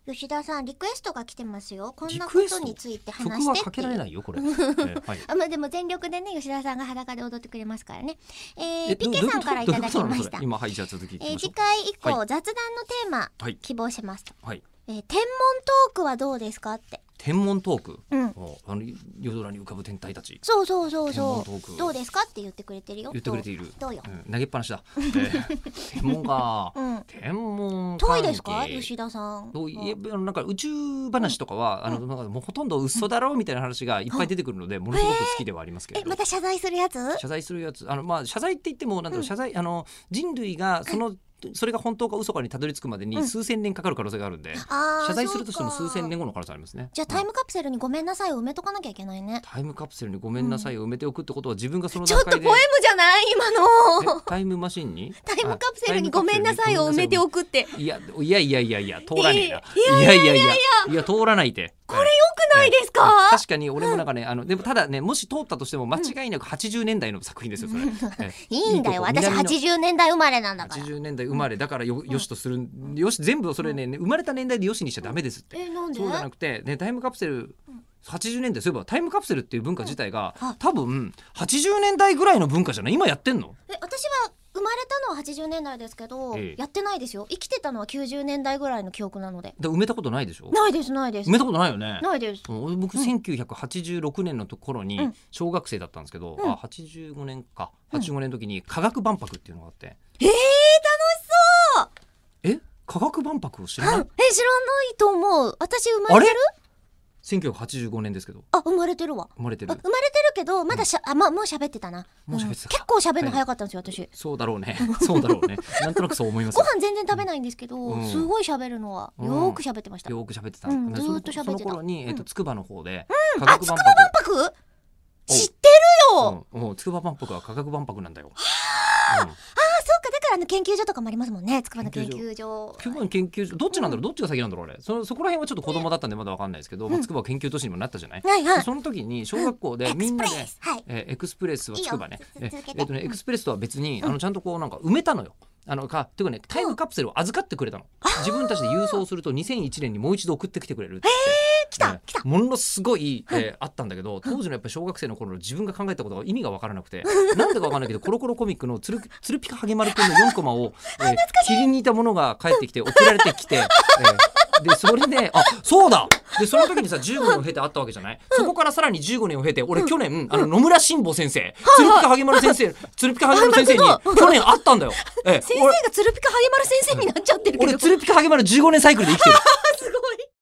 吉田さんリクエストが来てますよ。こんなことについて話してって曲はかけられないよこれ、はいあ、まあ、でも全力でね吉田さんが裸で踊ってくれますからね。ピケさんからいただきました。 今はいじゃあ続きいきましょう。 次回以降、 はい、 雑談のテーマ、 はい、 希望しますと、 はい、 天文トークはどうですかって。 天文トーク、 うん、 夜空に浮かぶ天体たち。 そうどうですかって言ってくれてるよ。 言ってくれている。 どうよ、 投げっぱなしだ。天文か、天文遠いですか吉田さん。 なんか宇宙話とかはなんかもうほとんど嘘だろうみたいな話がいっぱい出てくるので、ものすごく好きではありますけれど。 また謝罪するやつ？ 謝罪謝罪って言ってもなんだろう、謝罪人類がそれが本当か嘘かにたどり着くまでに数千年かかる可能性があるんで、謝罪するとしても数千年後の可能性ありますね。 じゃあタイムカプセルにごめんなさいを埋めとかなきゃいけないね。 タイムカプセルにごめんなさいを埋めておくってことは、自分がその段階でちょっとポエムじゃない今の。 タイムマシンにタイムカプセルにごめんなさいを埋めておくって。 いや通らねえな。いや通らないって。 これ良くないですか？ 確かに俺もなんかね、でもただね、もし通ったとしても間違いなく80年代の作品ですよそれ。 いいんだよ、私80年代生まれなんだから。 80年代生まれだからよしとする。よし全部それね、生まれた年代でよしにしちゃダメですって。 なんで？ そうじゃなくてね、タイムカプセル80年代、そういえばタイムカプセルっていう文化自体が多分80年代ぐらいの文化じゃない？今やってんの？ 私は生まれたのは80年代ですけど、やってないですよ。生きてたのは90年代ぐらいの記憶なので。 埋めたことないでしょ？ ないです。 埋めたことないよね。 ないです。 僕1986年の頃に小学生だったんですけど、85年か85年の時に科学万博っていうのがあって、 楽しそう。 科学万博を知らない？ 知らないと思う。私生まれてる ？1985年ですけど。 生まれてるわ。 生まれてるけどまだもう喋ってたな。結構喋るの早かったんですよ私。 そうだろうねなんとなくそう思います。 ご飯全然食べないんですけど、すごい喋るのはよく喋ってました。 よく喋ってた。 ずーっと喋ってた。 その頃に筑波の方で科学万博知ってるよ。 筑波万博は科学万博なんだよ。 そうか、だから研究所とかもありますもんね。筑波の研究所。 どっちなんだろう、どっちが先なんだろうあれ。そこら辺はちょっと子供だったんでまだわかんないですけど、筑波は研究都市にもなったじゃない。その時に小学校でみんなでエクスプレスは筑波ね。エクスプレスとは別にちゃんとこうなんか埋めたのよ。っていうかね、タイムカプセルを預かってくれたの。自分たちで郵送すると2001年にもう一度送ってきてくれるって。 来たものすごいあったんだけど、当時のやっぱり小学生の頃の自分が考えたことが意味が分からなくて、なんでか分からないけどコロコロコミックのつるぴかはげまるくんの4コマを切り抜いたものが返ってきて送られてきて、でそれでそうだでその時にさ15年を経てあったわけじゃない。そこからさらに15年を経て俺去年野村真保先生、つるぴかはげまる先生に去年会ったんだよ。 先生がつるぴかはげまる先生になっちゃってるけど、 俺つるぴかはげまる15年サイクルで生きてる。 す